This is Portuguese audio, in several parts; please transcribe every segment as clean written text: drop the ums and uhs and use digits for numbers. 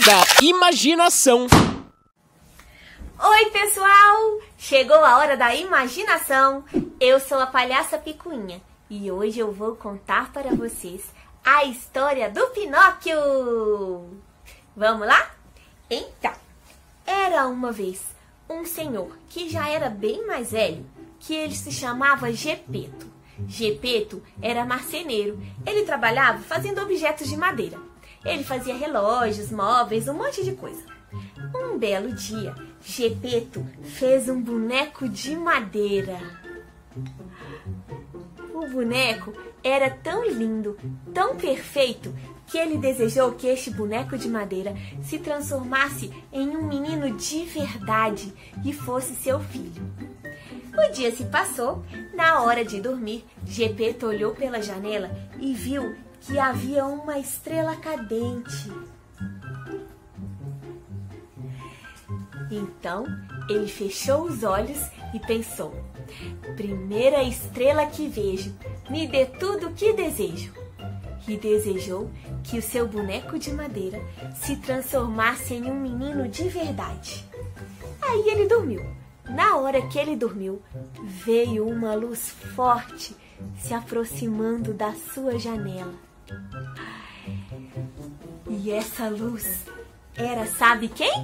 da imaginação. Oi, pessoal! Chegou a hora da imaginação. Eu sou a palhaça Picuinha e hoje eu vou contar para vocês a história do Pinóquio. Vamos lá? Então, era uma vez um senhor que já era bem mais velho, que ele se chamava Gepeto. Gepeto era marceneiro. Ele trabalhava fazendo objetos de madeira. Ele fazia relógios, móveis, um monte de coisa. Um belo dia, Gepeto fez um boneco de madeira. O boneco era tão lindo, tão perfeito, que ele desejou que este boneco de madeira se transformasse em um menino de verdade e fosse seu filho. O dia se passou. Na hora de dormir, Gepeto olhou pela janela e viu que havia uma estrela cadente. Então, ele fechou os olhos e pensou: primeira estrela que vejo, me dê tudo o que desejo. E desejou que o seu boneco de madeira se transformasse em um menino de verdade. Aí ele dormiu. Na hora que ele dormiu, veio uma luz forte se aproximando da sua janela. E essa luz era, sabe quem?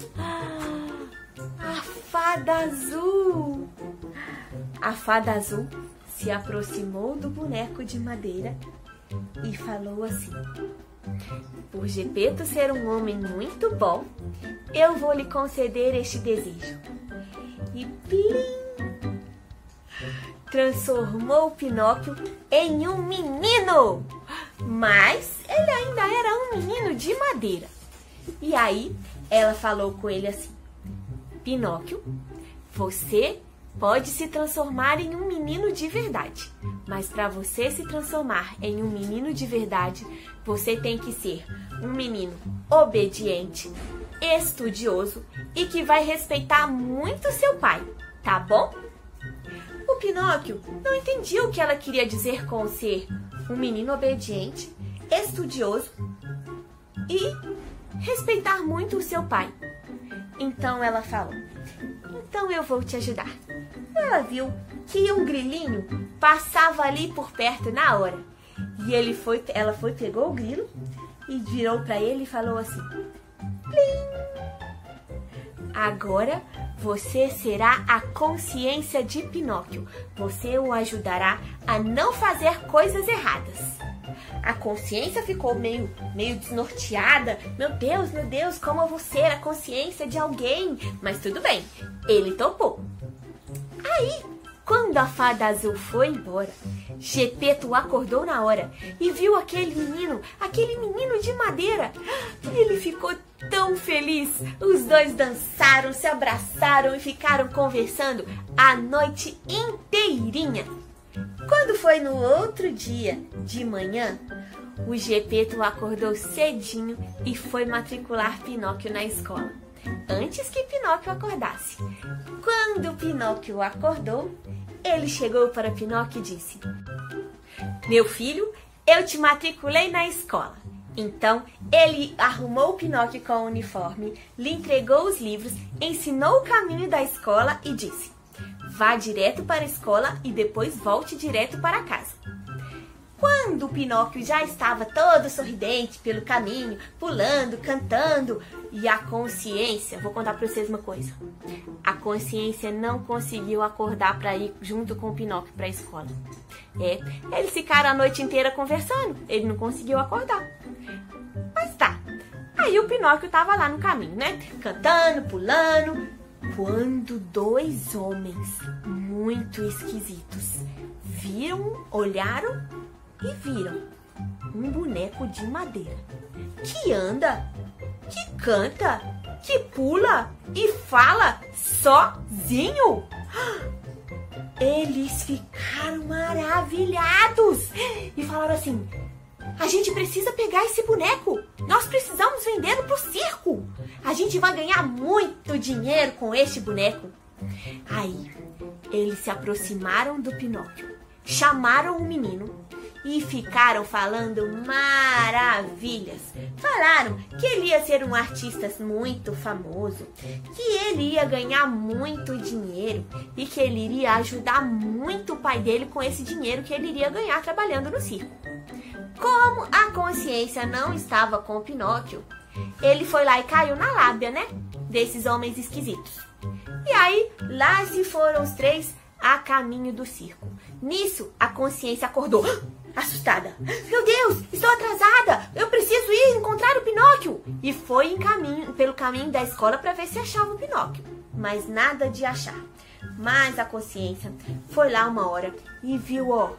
A Fada Azul! A Fada Azul se aproximou do boneco de madeira e falou assim: por Gepeto ser um homem muito bom, eu vou lhe conceder este desejo. E plim! Transformou o Pinóquio em um menino! Mas ele ainda era um menino de madeira. E aí ela falou com ele assim: Pinóquio, você pode se transformar em um menino de verdade, mas para você se transformar em um menino de verdade, você tem que ser um menino obediente, estudioso e que vai respeitar muito seu pai, tá bom? O Pinóquio não entendia o que ela queria dizer com ser um menino obediente, estudioso e respeitar muito o seu pai. Então ela falou: então eu vou te ajudar. Ela viu que um grilinho passava ali por perto na hora. E ela pegou o grilo e virou para ele e falou assim: plim! Agora você será a consciência de Pinóquio. Você o ajudará a não fazer coisas erradas. A consciência ficou meio desnorteada. Meu Deus, como eu vou ser a consciência de alguém? Mas tudo bem, ele topou. Aí, quando a Fada Azul foi embora, Gepeto acordou na hora e viu aquele menino de madeira. Ele ficou tão feliz. Os dois dançaram, se abraçaram e ficaram conversando a noite inteirinha. Quando foi no outro dia, de manhã, o Gepeto acordou cedinho e foi matricular Pinóquio na escola, antes que Pinóquio acordasse. Quando Pinóquio acordou, ele chegou para Pinóquio e disse: meu filho, eu te matriculei na escola. Então, ele arrumou o Pinóquio com o uniforme, lhe entregou os livros, ensinou o caminho da escola e disse: vá direto para a escola e depois volte direto para casa. Quando o Pinóquio já estava todo sorridente pelo caminho, pulando, cantando, e a consciência, vou contar para vocês uma coisa, a consciência não conseguiu acordar para ir junto com o Pinóquio para a escola. Eles ficaram a noite inteira conversando, ele não conseguiu acordar. Mas tá, aí o Pinóquio estava lá no caminho, né, cantando, pulando, quando dois homens muito esquisitos olharam e viram um boneco de madeira que anda, que canta, que pula e fala sozinho. Eles ficaram maravilhados e falaram assim: a gente precisa pegar esse boneco, nós precisamos vendê-lo pro circo, a gente vai ganhar muito dinheiro com este boneco. Aí eles se aproximaram do Pinóquio, chamaram o menino e ficaram falando maravilhas. Falaram que ele ia ser um artista muito famoso, que ele ia ganhar muito dinheiro e que ele iria ajudar muito o pai dele com esse dinheiro que ele iria ganhar trabalhando no circo. Como a consciência não estava com o Pinóquio, ele foi lá e caiu na lábia, né? Desses homens esquisitos. E aí, lá se foram os três a caminho do circo. Nisso, a consciência acordou, assustada. Meu Deus, estou atrasada! Eu preciso ir encontrar o Pinóquio! E foi pelo caminho da escola para ver se achava o Pinóquio. Mas nada de achar. Mas a consciência foi lá uma hora e viu, ó,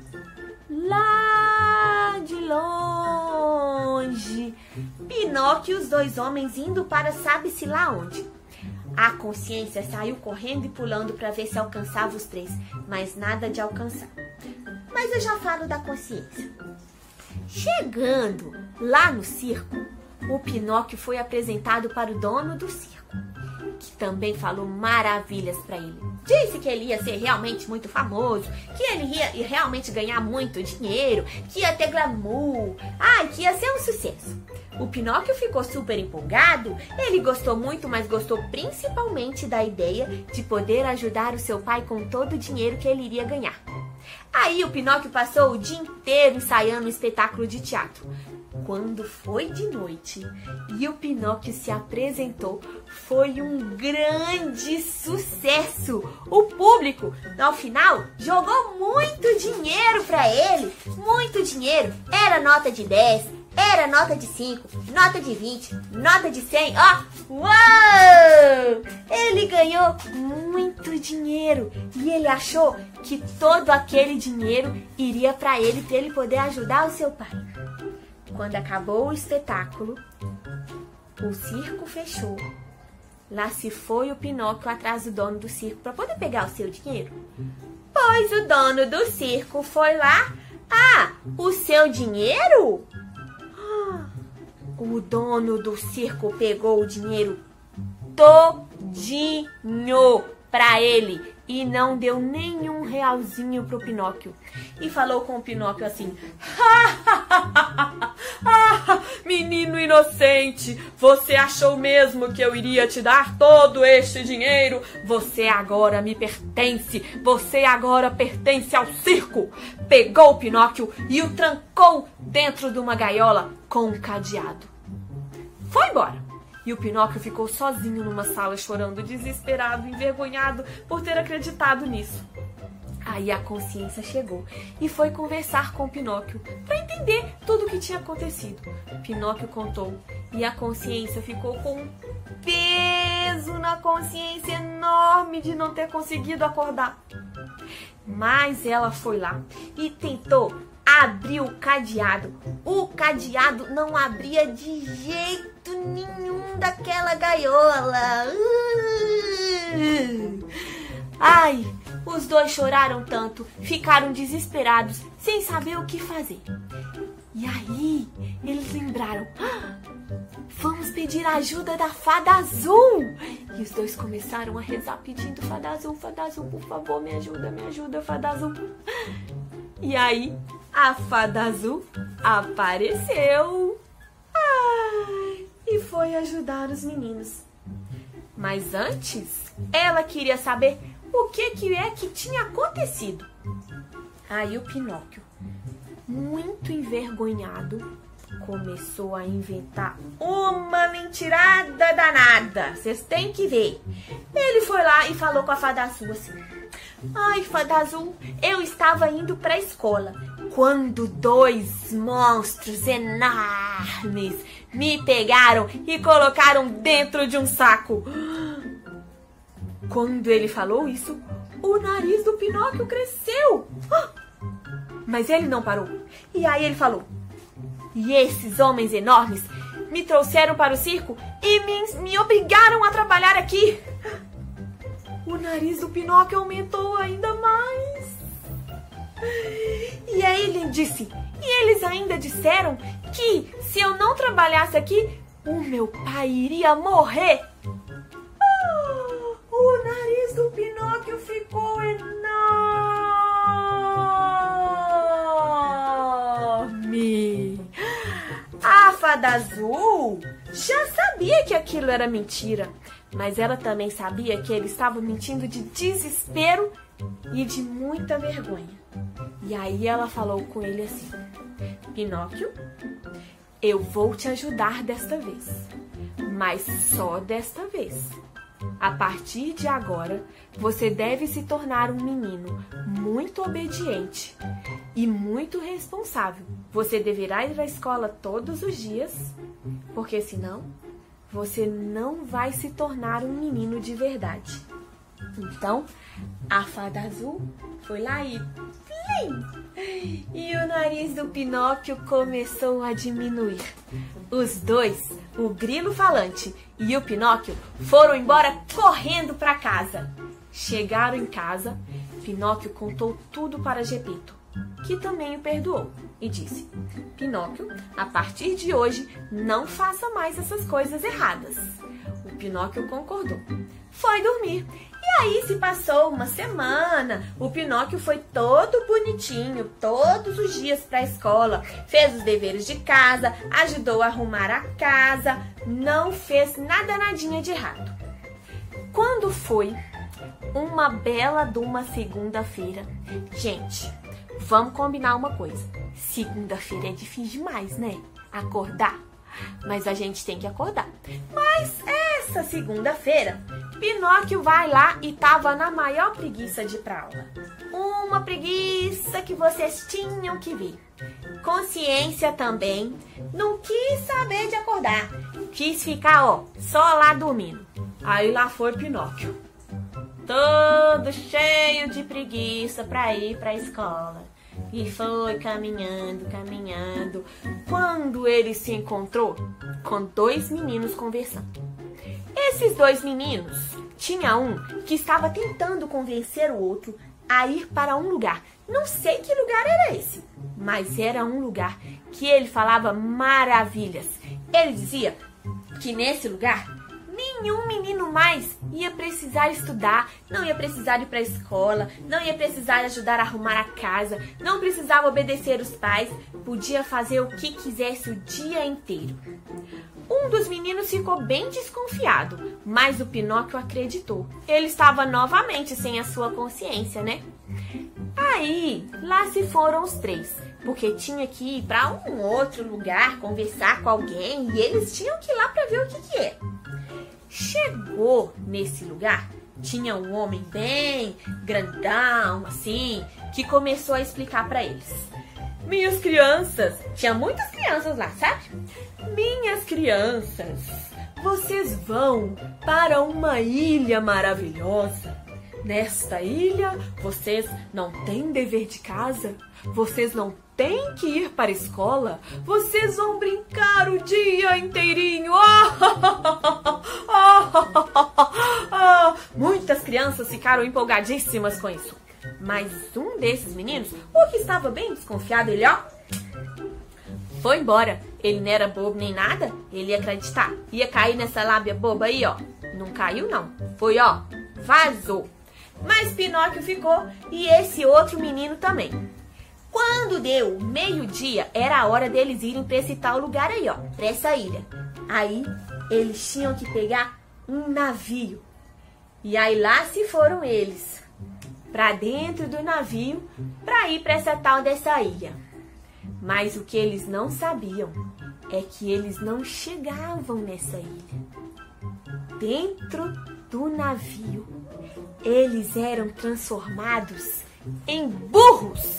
lá de longe, Pinóquio e os dois homens indo para sabe-se lá onde. A consciência saiu correndo e pulando para ver se alcançava os três, mas nada de alcançar. Mas eu já falo da consciência. Chegando lá no circo, o Pinóquio foi apresentado para o dono do circo, que também falou maravilhas para ele. Disse que ele ia ser realmente muito famoso, que ele ia realmente ganhar muito dinheiro, que ia ter glamour, que ia ser um sucesso. O Pinóquio ficou super empolgado, ele gostou muito, mas gostou principalmente da ideia de poder ajudar o seu pai com todo o dinheiro que ele iria ganhar. Aí o Pinóquio passou o dia inteiro ensaiando um espetáculo de teatro. Quando foi de noite e o Pinóquio se apresentou, foi um grande sucesso. O público, ao final, jogou muito dinheiro para ele. Muito dinheiro. Era nota de 10, era nota de 5, nota de 20, nota de 100. Uau! Ele ganhou muito dinheiro e ele achou que todo aquele dinheiro iria para ele poder ajudar o seu pai. Quando acabou o espetáculo, o circo fechou. Lá se foi o Pinóquio atrás do dono do circo para poder pegar o seu dinheiro. Pois o dono do circo foi lá. O seu dinheiro? O dono do circo pegou o dinheiro todinho para ele e não deu nenhum realzinho pro Pinóquio. E falou com o Pinóquio assim: menino inocente, você achou mesmo que eu iria te dar todo este dinheiro? Você agora me pertence, você agora pertence ao circo. Pegou o Pinóquio e o trancou dentro de uma gaiola com um cadeado. Foi embora. E o Pinóquio ficou sozinho numa sala chorando, desesperado, envergonhado por ter acreditado nisso. Aí a consciência chegou e foi conversar com o Pinóquio para entender tudo o que tinha acontecido. Pinóquio contou e a consciência ficou com um peso na consciência enorme de não ter conseguido acordar. Mas ela foi lá e tentou abrir o cadeado. O cadeado não abria de jeito nenhum daquela gaiola. Ai, os dois choraram tanto, ficaram desesperados, sem saber o que fazer. E aí, eles lembraram: vamos pedir a ajuda da Fada Azul. E os dois começaram a rezar pedindo: Fada Azul, por favor, me ajuda, Fada Azul. E aí, a Fada Azul apareceu e foi ajudar os meninos. Mas antes, ela queria saber o que é que tinha acontecido. Aí o Pinóquio, muito envergonhado, começou a inventar uma mentirada danada. Vocês têm que ver. Ele foi lá e falou com a Fada Azul assim: ai, Fada Azul, eu estava indo para a escola quando dois monstros enormes me pegaram e colocaram dentro de um saco. Quando ele falou isso, o nariz do Pinóquio cresceu. Mas ele não parou. E aí ele falou: e esses homens enormes me trouxeram para o circo e me obrigaram a trabalhar aqui. O nariz do Pinóquio aumentou ainda mais. E aí ele disse: e eles ainda disseram que se eu não trabalhasse aqui, o meu pai iria morrer. O nariz do Pinóquio ficou enorme. fada azul já sabia que aquilo era mentira, mas ela também sabia que ele estava mentindo de desespero e de muita vergonha. E aí ela falou com ele assim: Pinóquio, eu vou te ajudar desta vez, mas só desta vez. A partir de agora, você deve se tornar um menino muito obediente e muito responsável. Você deverá ir à escola todos os dias, porque senão você não vai se tornar um menino de verdade. Então, a fada azul foi lá e plim! E o nariz do Pinóquio começou a diminuir. Os dois, o grilo falante e o Pinóquio, foram embora correndo para casa. Chegaram em casa, Pinóquio contou tudo para Gepeto, que também o perdoou, e disse: Pinóquio, a partir de hoje, não faça mais essas coisas erradas. O Pinóquio concordou. Foi dormir. E aí se passou uma semana, o Pinóquio foi todo bonitinho, todos os dias para a escola, fez os deveres de casa, ajudou a arrumar a casa, não fez nadinha de errado. Quando foi uma bela de uma segunda-feira, gente, vamos combinar uma coisa, segunda-feira é difícil demais, né? Acordar. Mas a gente tem que acordar. Mas essa segunda-feira, Pinóquio vai lá e tava na maior preguiça de ir pra aula. Uma preguiça que vocês tinham que ver. Consciência também não quis saber de acordar. Quis ficar, só lá dormindo. Aí lá foi Pinóquio, todo cheio de preguiça pra ir pra escola. E foi caminhando. Quando ele se encontrou com dois meninos conversando. Esses dois meninos, tinha um que estava tentando convencer o outro a ir para um lugar. Não sei que lugar era esse, mas era um lugar que ele falava maravilhas. Ele dizia que nesse lugar nenhum menino mais ia precisar estudar, não ia precisar ir para a escola, não ia precisar ajudar a arrumar a casa, não precisava obedecer os pais, podia fazer o que quisesse o dia inteiro. Um dos meninos ficou bem desconfiado, mas o Pinóquio acreditou. Ele estava novamente sem a sua consciência, né? Aí, lá se foram os três, porque tinha que ir para um outro lugar, conversar com alguém, e eles tinham que ir lá para ver o que é. Chegou nesse lugar, tinha um homem bem grandão, assim, que começou a explicar para eles. Minhas crianças, tinha muitas crianças lá, sabe? Minhas crianças, vocês vão para uma ilha maravilhosa. Nesta ilha, vocês não têm dever de casa, vocês não têm que ir para a escola, vocês vão brincar o dia inteirinho. Muitas crianças ficaram empolgadíssimas com isso. Mas um desses meninos, o que estava bem desconfiado, ele foi embora. Ele não era bobo nem nada, ele ia acreditar. Ia cair nessa lábia boba aí, Não caiu não, foi vazou. Mas Pinóquio ficou e esse outro menino também. Quando deu meio-dia, era a hora deles irem para esse tal lugar aí, para essa ilha. Aí eles tinham que pegar um navio. E aí lá se foram eles, para dentro do navio, para ir para essa tal dessa ilha. Mas o que eles não sabiam é que eles não chegavam nessa ilha. Dentro do navio, eles eram transformados em burros.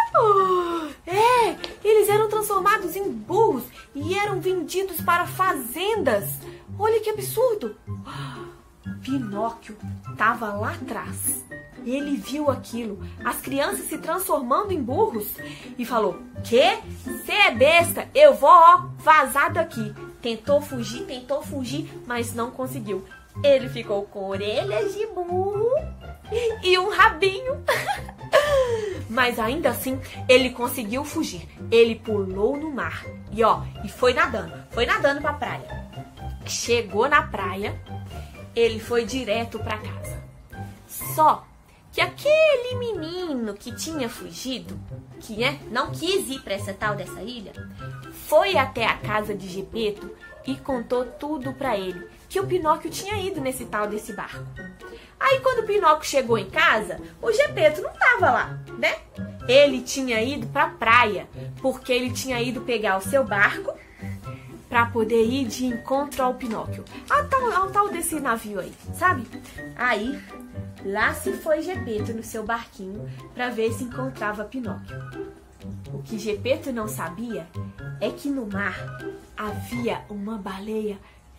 Eles eram transformados em burros e eram vendidos para fazendas. Olha que absurdo! Pinóquio estava lá atrás. Ele viu aquilo, as crianças se transformando em burros e falou: "Quê? Você é besta, eu vou vazar daqui." Tentou fugir, mas não conseguiu. Ele ficou com orelhas de burro e um rabinho. Mas ainda assim, ele conseguiu fugir. Ele pulou no mar e foi nadando pra praia. Chegou na praia, ele foi direto pra casa. Só que aquele menino que tinha fugido, que não quis ir para essa tal dessa ilha, foi até a casa de Gepeto e contou tudo para ele, que o Pinóquio tinha ido nesse tal desse barco. Aí quando o Pinóquio chegou em casa, o Gepeto não estava lá, né? Ele tinha ido para a praia, porque ele tinha ido pegar o seu barco para poder ir de encontro ao Pinóquio, ao tal desse navio aí, sabe? Aí lá se foi Gepeto no seu barquinho para ver se encontrava Pinóquio. O que Gepeto não sabia é que no mar havia uma baleia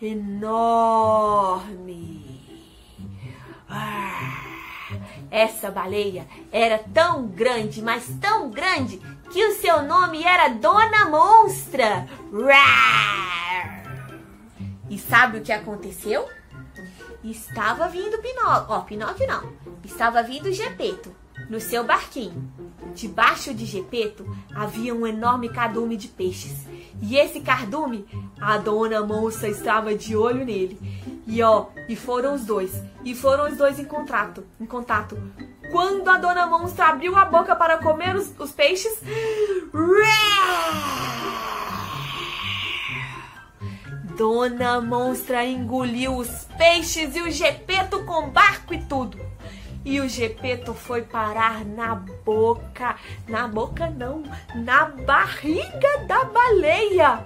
enorme. Essa baleia era tão grande, mas tão grande, que o seu nome era Dona Monstra. E sabe o que aconteceu? Estava vindo Pinóquio não. Estava vindo Gepeto no seu barquinho. Debaixo de Gepeto havia um enorme cardume de peixes. E esse cardume, a Dona Monstra estava de olho nele. E foram os dois em contato. Quando a Dona Monstra abriu a boca para comer os peixes, Dona Monstra engoliu os peixes e o Gepeto com barco e tudo. E o Gepeto foi parar na barriga da baleia.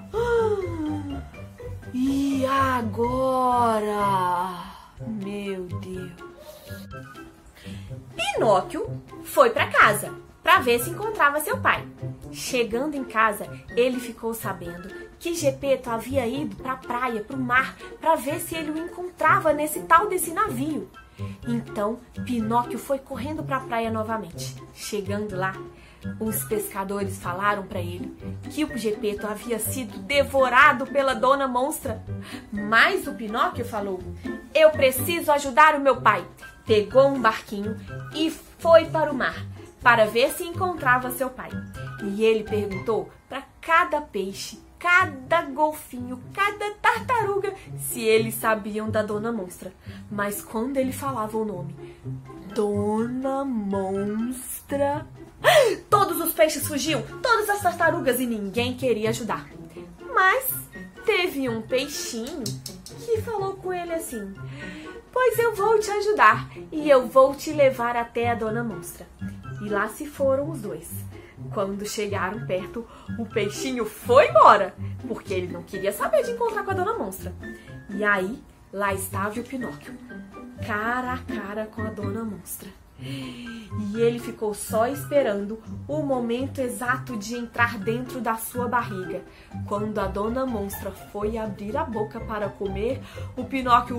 E agora? Meu Deus. Pinóquio foi para casa para ver se encontrava seu pai. Chegando em casa, ele ficou sabendo que Gepeto havia ido para a praia, para o mar, para ver se ele o encontrava nesse tal desse navio. Então, Pinóquio foi correndo para a praia novamente. Chegando lá, os pescadores falaram para ele que o Gepeto havia sido devorado pela Dona Monstra. Mas o Pinóquio falou: eu preciso ajudar o meu pai. Pegou um barquinho e foi para o mar para ver se encontrava seu pai. E ele perguntou para cada peixe, cada golfinho, cada tartaruga se eles sabiam da Dona Monstra. Mas quando ele falava o nome Dona Monstra, todos os peixes fugiam, todas as tartarugas, e ninguém queria ajudar. Mas teve um peixinho que falou com ele assim: pois eu vou te ajudar e eu vou te levar até a Dona Monstra. E lá se foram os dois. Quando chegaram perto, o peixinho foi embora, porque ele não queria saber de encontrar com a Dona Monstra. E aí, lá estava o Pinóquio, cara a cara com a Dona Monstra. E ele ficou só esperando o momento exato de entrar dentro da sua barriga. Quando a Dona Monstra foi abrir a boca para comer, o Pinóquio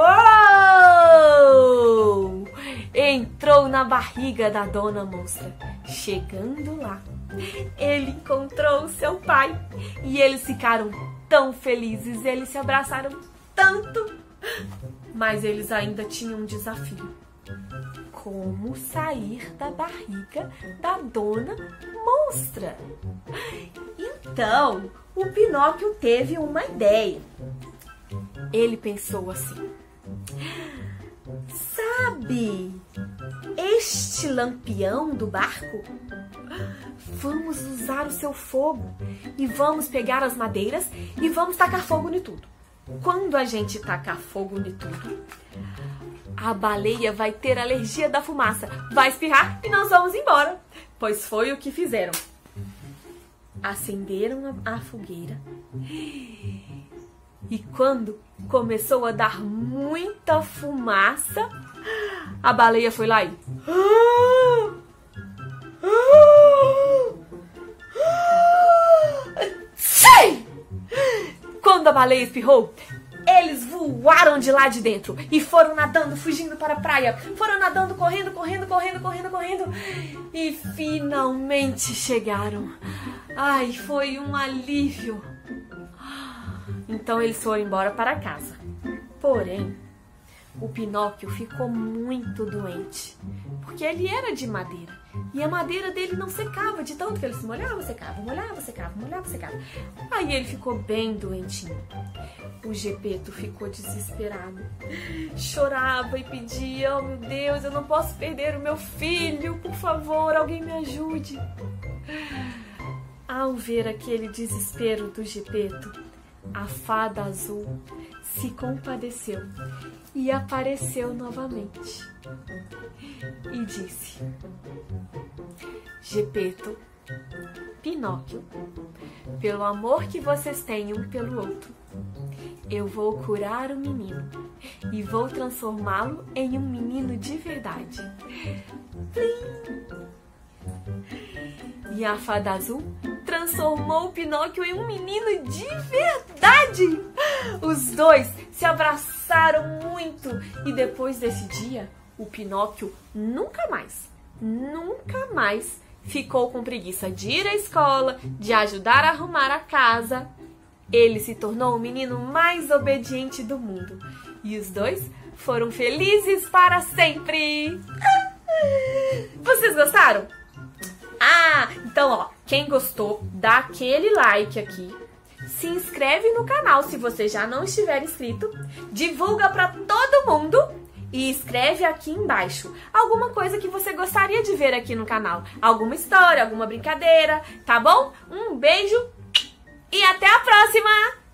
entrou na barriga da Dona Monstra. Chegando lá, ele encontrou o seu pai e eles ficaram tão felizes, eles se abraçaram tanto. Mas eles ainda tinham um desafio: como sair da barriga da Dona Monstra. Então, o Pinóquio teve uma ideia. Ele pensou assim: sabe este lampião do barco? Vamos usar o seu fogo e vamos pegar as madeiras e vamos tacar fogo em tudo. Quando a gente tacar fogo em tudo, a baleia vai ter alergia da fumaça, vai espirrar e nós vamos embora. Pois foi o que fizeram. Acenderam a fogueira e quando começou a dar muita fumaça, a baleia foi lá e... Quando a baleia espirrou, eles voaram de lá de dentro e foram nadando, fugindo para a praia. Foram nadando, correndo. E finalmente chegaram. Ai, foi um alívio. Então eles foram embora para casa. Porém, o Pinóquio ficou muito doente, porque ele era de madeira E a madeira dele não secava, de tanto que ele se molhava, secava, molhava, secava, molhava, secava. Aí ele ficou bem doentinho. O Gepeto ficou desesperado. Chorava e pedia: oh meu Deus, eu não posso perder o meu filho, por favor, alguém me ajude. Ao ver aquele desespero do Gepeto, a fada azul se compadeceu e apareceu novamente. E disse: Gepeto, Pinóquio, pelo amor que vocês têm um pelo outro, eu vou curar o menino e vou transformá-lo em um menino de verdade. Plim! E a fada azul transformou o Pinóquio em um menino de verdade. Os dois se abraçaram muito e depois desse dia, o Pinóquio nunca mais ficou com preguiça de ir à escola, de ajudar a arrumar a casa. Ele se tornou o menino mais obediente do mundo. E os dois foram felizes para sempre. Vocês gostaram? Então, ó, quem gostou, dá aquele like aqui. Se inscreve no canal se você já não estiver inscrito. Divulga para todo mundo. E escreve aqui embaixo alguma coisa que você gostaria de ver aqui no canal. Alguma história, alguma brincadeira, tá bom? Um beijo e até a próxima!